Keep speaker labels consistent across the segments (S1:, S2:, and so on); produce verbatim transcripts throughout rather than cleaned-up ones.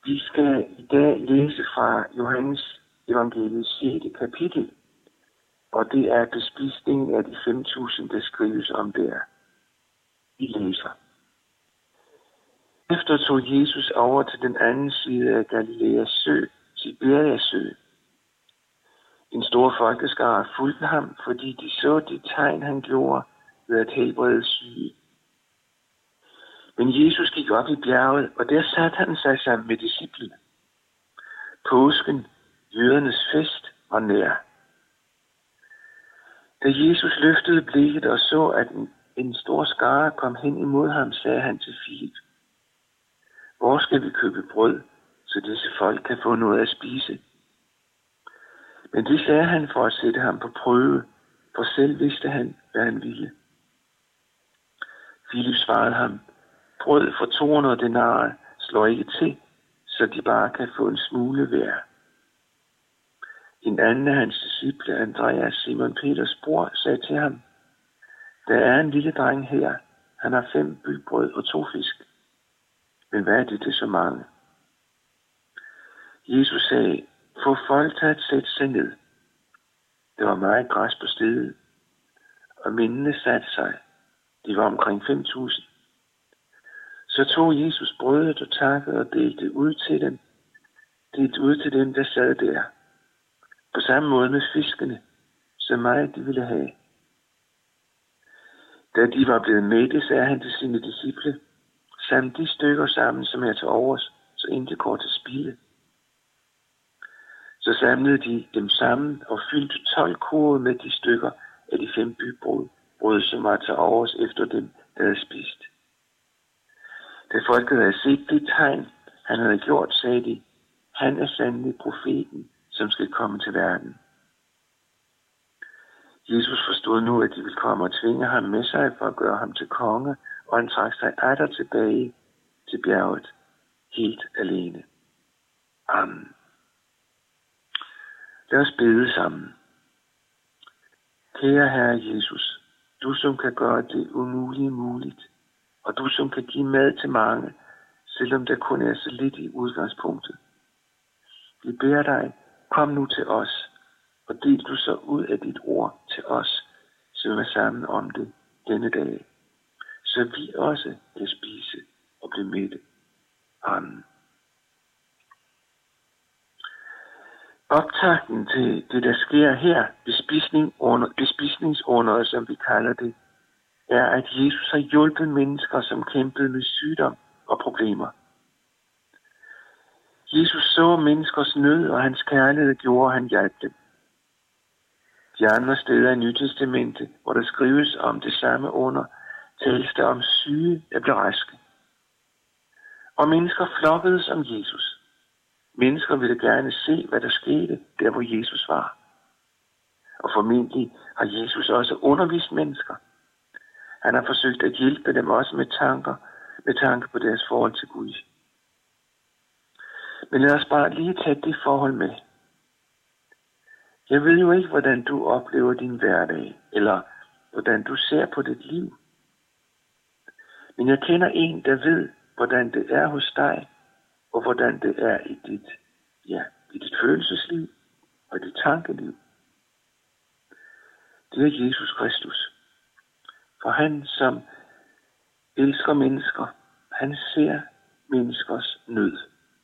S1: Vi skal i dag læse fra Johannes evangeliets sjette kapitel, og det er bespisningen af de fem tusind, der skrives om der. Vi læser. Efter tog Jesus over til den anden side af Galileas sø, Tiberias sø. En stor folkeskare fulgte ham, fordi de så de tegn, han gjorde ved at helbrede syge. Men Jesus gik op i bjerget, og der satte han sig sammen med disciplene. Påsken, jødernes fest, var nær. Da Jesus løftede blikket og så, at en, en stor skare kom hen imod ham, sagde han til Filip: Hvor skal vi købe brød, så disse folk kan få noget at spise? Men det sagde han for at sætte ham på prøve, for selv vidste han, hvad han ville. Filip svarede ham: Brød for to hundrede denarer slår ikke til, så de bare kan få en smule hver. En anden af hans disciple, Andreas, Simon Peters bror, sagde til ham: Der er en lille dreng her. Han har fem bygbrød og to fisk. Men hvad er det til så mange? Jesus sagde: Få folk til at sætte sig ned. Der var meget græs på stedet, og mændene satte sig. De var omkring fem tusind. Så tog Jesus brødet og takkede og delte ud til dem. Delte ud til dem, der sad der. På samme måde med fiskene, så meget de ville have. Da de var blevet mætte, sagde han til sine disciple: Samle de stykker sammen, som er til overs, så intet går til spilde. Så samlede de dem sammen og fyldte tolv kurve med de stykker af de fem bygbrød, brød, som var til overs efter dem, der havde spist. Da folket havde set det tegn, han havde gjort, sagde de: Han er sandelig profeten, som skal komme til verden. Jesus forstod nu, at de ville komme og tvinge ham med sig for at gøre ham til konge, og han trak sig atter tilbage til bjerget, helt alene. Amen. Lad os bede sammen. Kære Herre Jesus, du som kan gøre det umulige muligt, og du som kan give mad til mange, selvom der kun er så lidt i udgangspunktet. Vi beder dig, kom nu til os, og del du så ud af dit ord til os, så vi er sammen om det denne dag, så vi også kan spise og blive mætte. Amen. Optakten til det, der sker her, bespisning under, bespisningsunderet, som vi kalder det, er, at Jesus har hjulpet mennesker, som kæmpede med sygdom og problemer. Jesus så menneskers nød, og hans kærlighed gjorde, at han hjalp dem. De andre steder i Nye Testamente, hvor der skrives om det samme under, tales der om syge, der blev raske. Og mennesker flokkedes om Jesus. Mennesker ville gerne se, hvad der skete, der hvor Jesus var. Og formentlig har Jesus også undervist mennesker. Han har forsøgt at hjælpe dem også med tanker, med tanke på deres forhold til Gud. Men lad os bare lige tage det forhold med. Jeg ved jo ikke, hvordan du oplever din hverdag, eller hvordan du ser på dit liv. Men jeg kender en, der ved, hvordan det er hos dig, og hvordan det er i dit, ja, i dit følelsesliv og dit tankeliv. Det er Jesus Kristus. For han, som elsker mennesker, han ser menneskers nød.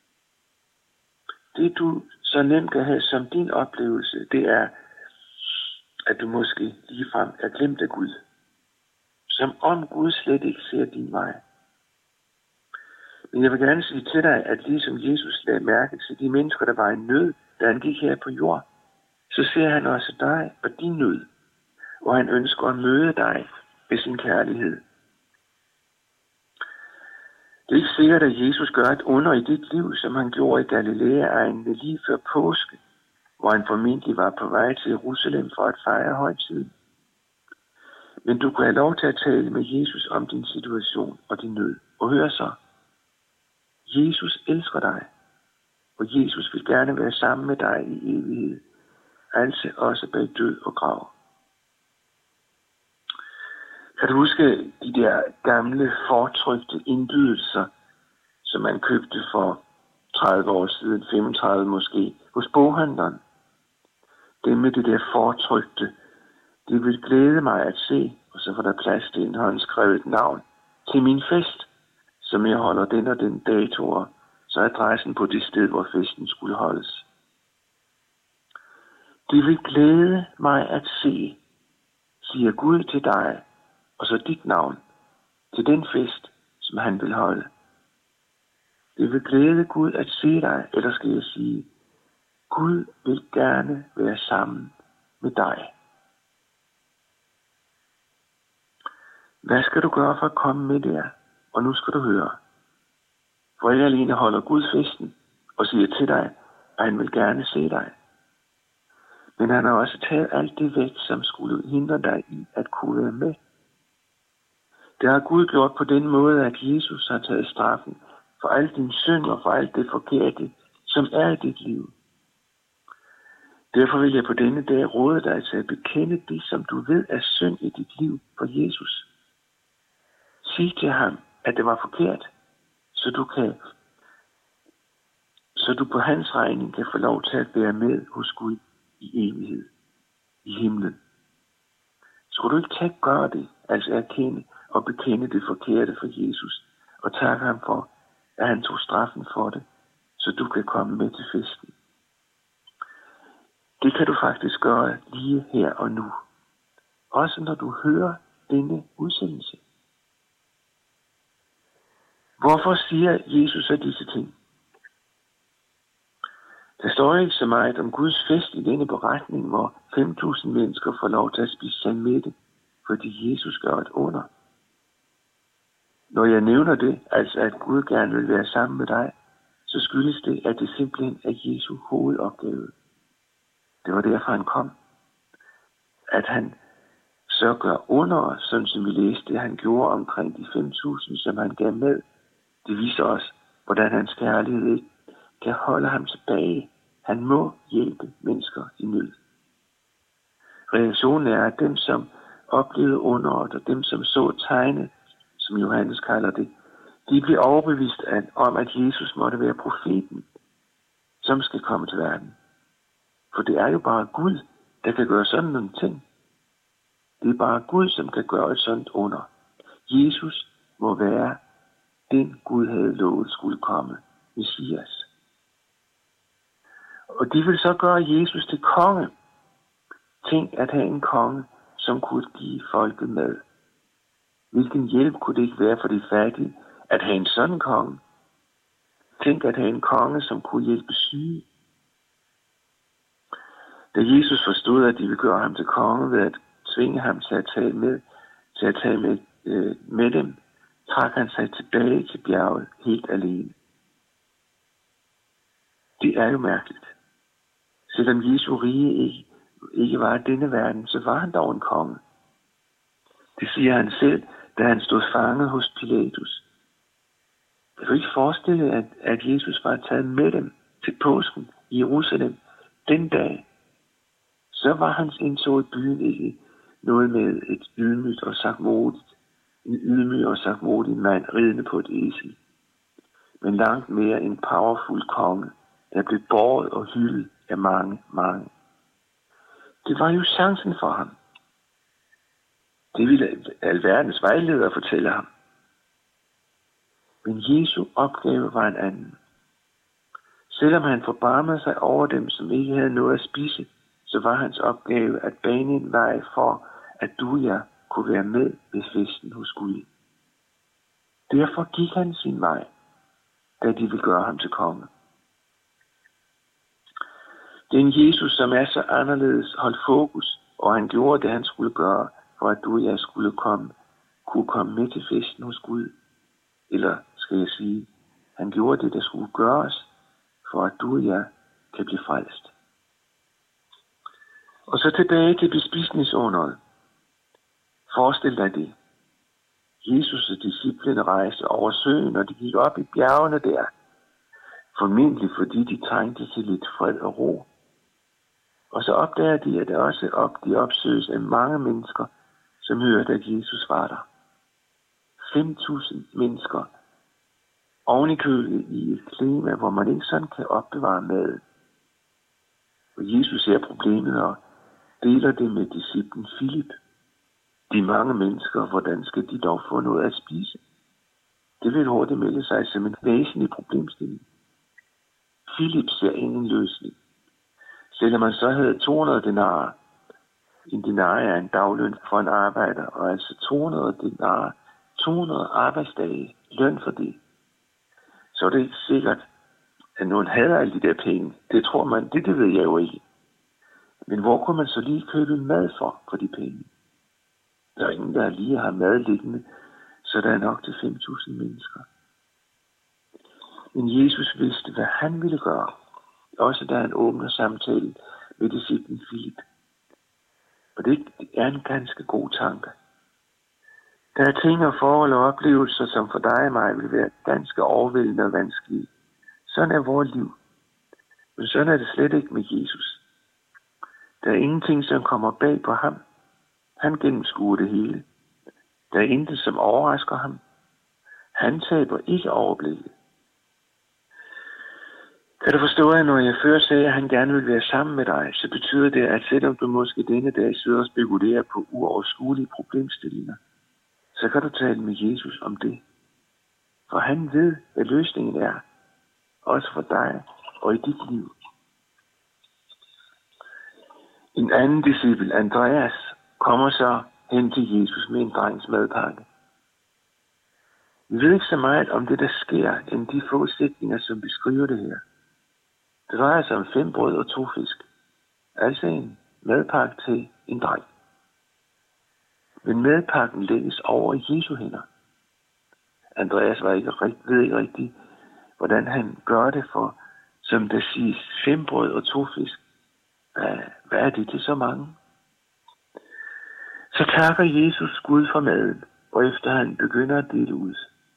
S1: Det du så nemt kan have som din oplevelse, det er, at du måske ligefrem er glemt af Gud. Som om Gud slet ikke ser din vej. Men jeg vil gerne sige til dig, at ligesom Jesus lagde mærke til de mennesker, der var i nød, da han gik her på jord, så ser han også dig og din nød, og han ønsker at møde dig med sin kærlighed. Det er ikke sikkert, at Jesus gør et under i dit liv, som han gjorde i Galilea-egnen lige før påske, hvor han formentlig var på vej til Jerusalem for at fejre højtiden. Men du kan have lov til at tale med Jesus om din situation og din nød. Og hør så. Jesus elsker dig, og Jesus vil gerne være sammen med dig i evighed, altså også bag død og grav. Kan du huske de der gamle fortrykte indbydelser, som man købte for tredive år siden, femogtredive måske, hos boghandleren. Det med det der fortrykte, det vil glæde mig at se, og så får der plads til en håndskrevet navn til min fest, som jeg holder den og den dato, så adressen på det sted, hvor festen skulle holdes. Det vil glæde mig at se, siger Gud til dig, og så dit navn, til den fest, som han vil holde. Det vil glæde Gud at se dig, eller skal jeg sige, Gud vil gerne være sammen med dig. Hvad skal du gøre for at komme med der? Og nu skal du høre. For ikke alene holder Gud festen og siger til dig, at han vil gerne se dig. Men han har også taget alt det væk, som skulle hindre dig i at kunne være med. Det har Gud gjort på den måde, at Jesus har taget straffen for al din synd og for alt det forkerte, som er i dit liv. Derfor vil jeg på denne dag råde dig til at bekende det, som du ved er synd i dit liv for Jesus. Sig til ham, at det var forkert, så du kan, så du på hans regning kan få lov til at være med hos Gud i evighed, i himlen. Skulle du ikke tage at gøre det, altså erkende og bekende det forkerte for Jesus, og takke ham for, at han tog straffen for det, så du kan komme med til festen. Det kan du faktisk gøre lige her og nu. Også når du hører denne udsendelse. Hvorfor siger Jesus så disse ting? Der står ikke så meget om Guds fest i denne beretning, hvor fem tusind mennesker får lov til at spise sig mætte, fordi Jesus gør et under. Når jeg nævner det, altså at Gud gerne vil være sammen med dig, så skyldes det, at det simpelthen er Jesu hovedopgave. Det var derfor han kom. At han så gør under, sådan som vi læste det, han gjorde omkring de fem tusind, som han gav med. Det viser os, hvordan hans kærlighed ikke kan holde ham tilbage. Han må hjælpe mennesker i nød. Reaktionen er, at dem, som oplevede underet, og dem, som så tegnet, som Johannes kalder det, de blev overbevist om, at Jesus måtte være profeten, som skal komme til verden. For det er jo bare Gud, der kan gøre sådan nogle ting. Det er bare Gud, som kan gøre et sådan under. Jesus må være den Gud havde lovet skulle komme, Messias. Og de vil så gøre Jesus til konge. Tænk at have en konge, som kunne give folket mad. Hvilken hjælp kunne det ikke være for de fattige at have en sådan konge? Tænk at have en konge, som kunne hjælpe syge. Da Jesus forstod, at de ville gøre ham til konge ved at tvinge ham til at tage med, til at tage med, øh, med dem, trak han sig tilbage til bjerget helt alene. Det er jo mærkeligt. Selvom Jesu rige ikke, ikke var i denne verden, så var han dog en konge. Det siger han selv, da han stod fanget hos Pilatus. Kan du ikke forestille, at, at Jesus var taget med dem til påsken i Jerusalem den dag? Så var hans indtog i byen ikke noget med et ydmygt og sagtmodigt, en ydmyg og sagtmodig mand ridende på et esel, men langt mere en powerful konge, der blev båret og hyldet af mange, mange. Det var jo chancen for ham. Det ville alverdens vejledere fortælle ham. Men Jesu opgave var en anden. Selvom han forbarmede sig over dem, som ikke havde noget at spise, så var hans opgave at bane en vej for, at du og jeg kunne være med ved festen hos Gud. Derfor gik han sin vej, da de ville gøre ham til konge. Den Jesus, som er så anderledes, holdt fokus, og han gjorde det, han skulle gøre, for at du og jeg skulle komme, kunne komme med til festen hos Gud. Eller skal jeg sige, han gjorde det, der skulle gøres, for at du og jeg kan blive frelst. Og så tilbage til bespisningsunderet. Forestil dig det. Jesus og disciplene rejste over søen, og de gik op i bjergene der. Formentlig fordi de trængte til lidt fred og ro. Og så opdager de, at det også op, de opsøges af mange mennesker, som hørte, at Jesus var der. fem tusind mennesker oven i købet i et klima, hvor man ikke sådan kan opbevare mad. Og Jesus ser problemet og deler det med disciplen Filip. De mange mennesker, hvordan skal de dog få noget at spise? Det vil hurtigt melde sig som en væsentlig problemstilling. Filip ser ingen løsning. Selvom man så havde to hundrede denarer. En denar er en dagløn for en arbejder, og altså to hundrede denarer, to hundrede arbejdsdage, løn for det. Så er det ikke sikkert, at nogen havde alle de der penge. Det tror man, det, det ved jeg jo ikke. Men hvor kunne man så lige købe mad for, for de penge? Der er ingen, der lige har mad liggende, så der er nok til fem tusind mennesker. Men Jesus vidste, hvad han ville gøre. Også da han åbner samtalen med disciplen Filip. Og det er en ganske god tanke. Der er ting og forhold og oplevelser, som for dig og mig vil være ganske overvældende og vanskelige. Sådan er vores liv. Men sådan er det slet ikke med Jesus. Der er ingenting, som kommer bag på ham. Han gennemskuer det hele. Der er intet, som overrasker ham. Han taber ikke overblikket. Kan du forstå, at når jeg før sagde, at han gerne vil være sammen med dig, så betyder det, at selvom du måske denne dag sidder og spekulerer på uoverskuelige problemstillinger, så kan du tale med Jesus om det. For han ved, hvad løsningen er, også for dig og i dit liv. En anden disciple, Andreas, kommer så hen til Jesus med en drengs madpakke. Vi ved ikke så meget om det, der sker, end de få sætninger, som beskriver det her. Det drejer sig om fem brød og to fisk. Altså en madpakke til en dreng. Men madpakken lægges over i Jesu hænder. Andreas var ikke rigt, ved ikke rigtigt, hvordan han gør det for, som der siges, fem brød og to fisk. Hvad, hvad er det til så mange? Så takker Jesus Gud for maden, og efter han begynder at dele ud.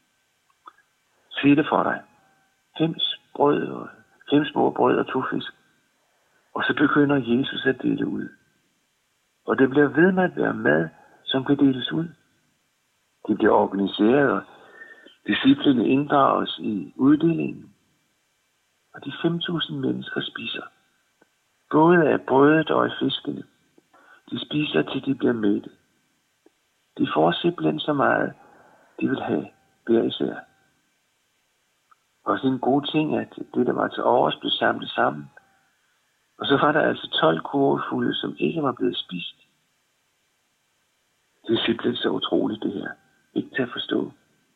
S1: Se det for dig. Fem brød og fem små brød og to fisk. Og så begynder Jesus at dele ud. Og det bliver ved med at være mad, som kan deles ud. Det bliver organiseret, og disciplene inddrages i uddelingen. Og de fem tusind mennesker spiser. Både af brødet og af fiskene. De spiser, til de bliver mætte. De får simpelthen så meget, de vil have hver især. Også en god ting, at det, der var til overs, blev samlet sammen. Og så var der altså tolv kurvefulde, som ikke var blevet spist. Det er simpelthen så utroligt, det her. Ikke til at forstå.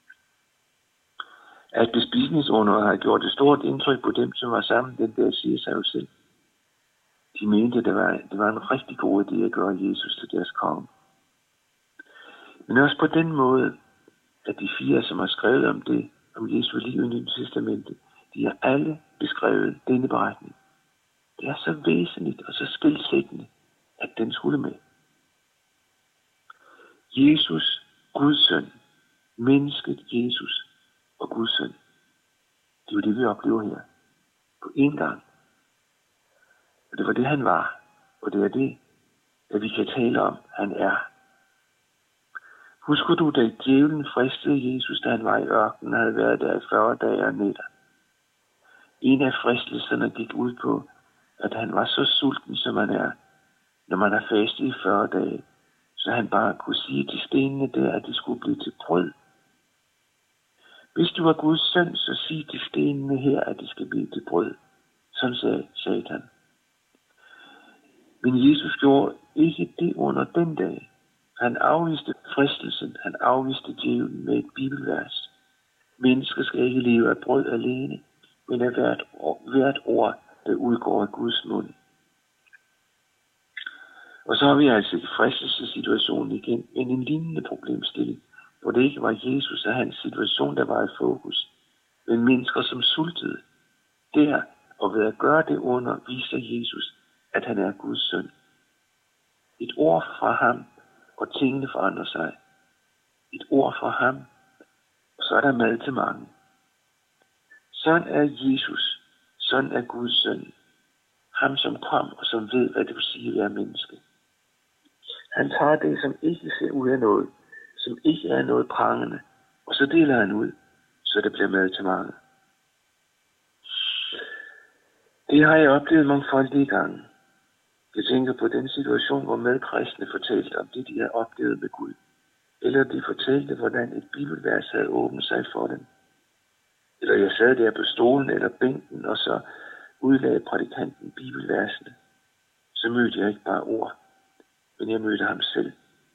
S1: At bespisningsunderet har gjort et stort indtryk på dem, som var sammen, den der siger sig jo selv. De mente, at det var, det var en rigtig god idé at gøre Jesus til deres konge. Men også på den måde, at de fire, som har skrevet om det, om Jesu liv i Nye Testamentet, de har alle beskrevet denne beretning. Det er så væsentligt og så skelsættende, at den skulle med. Jesus, Guds søn, mennesket Jesus og Guds søn. Det er jo det, vi oplever her. På en gang. Og det var det, han var. Og det er det, at vi kan tale om, han er. Husker du, da djævlen fristede Jesus, da han var i ørkenen og havde været der i fyrre dage og nætter? En af fristelserne gik ud på, at han var så sulten, som han er, når man har fastet i fyrre dage, så han bare kunne sige til stenene der, at de skulle blive til brød. Hvis du var Guds søn, så sig til stenene her, at de skal blive til brød. Sådan sagde Satan. Men Jesus gjorde ikke det under den dag. Han afviste fristelsen, han afviste djævlen med et bibelvers. Mennesker skal ikke leve af brød alene, men af hvert, hvert ord, der udgår af Guds mund. Og så har vi altså i fristelsessituationen igen, men en lignende problemstilling, hvor det ikke var Jesus og hans situation, der var i fokus, men mennesker, som sultede. Der, og ved at gøre det under, viser Jesus, at han er Guds søn. Et ord fra ham, og tingene forandrer sig. Et ord fra ham, og så er der mad til mange. Sådan er Jesus, sådan er Guds søn. Ham, som kom, og som ved, hvad det vil sige at være menneske. Han tager det, som ikke ser ud af noget, som ikke er noget prangende, og så deler han ud, så det bliver mad til mange. Det har jeg oplevet mangfoldige gange. Jeg tænker på den situation, hvor medkristne fortalte om det, de havde oplevet med Gud. Eller de fortalte, hvordan et bibelvers havde åbnet sig for dem. Eller jeg sad der på stolen eller bænken, og så udlagde prædikanten bibelversene. Så mødte jeg ikke bare ord, men jeg mødte ham selv.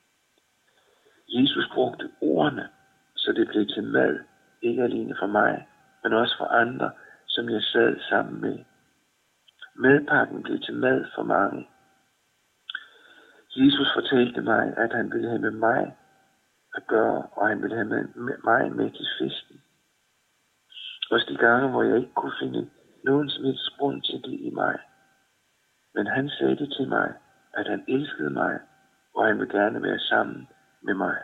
S1: Jesus brugte ordene, så det blev til mad, ikke alene for mig, men også for andre, som jeg sad sammen med. Madpakken blev til mad for mange. Jesus fortalte mig, at han ville have med mig at gøre, og han ville have med, med mig med til festen. Også de gange, hvor jeg ikke kunne finde nogen som helst grund til det i mig. Men han sagde det til mig, at han elskede mig, og han ville gerne være sammen med mig.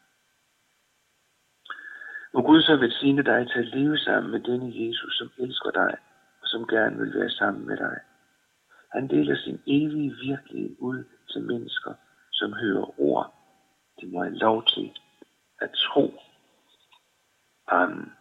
S1: Må Gud så velsigne dig til at leve sammen med denne Jesus, som elsker dig, og som gerne vil være sammen med dig. Han deler sin evige virkelighed ud til mennesker, som hører ord. De må have lov til at tro. Amen.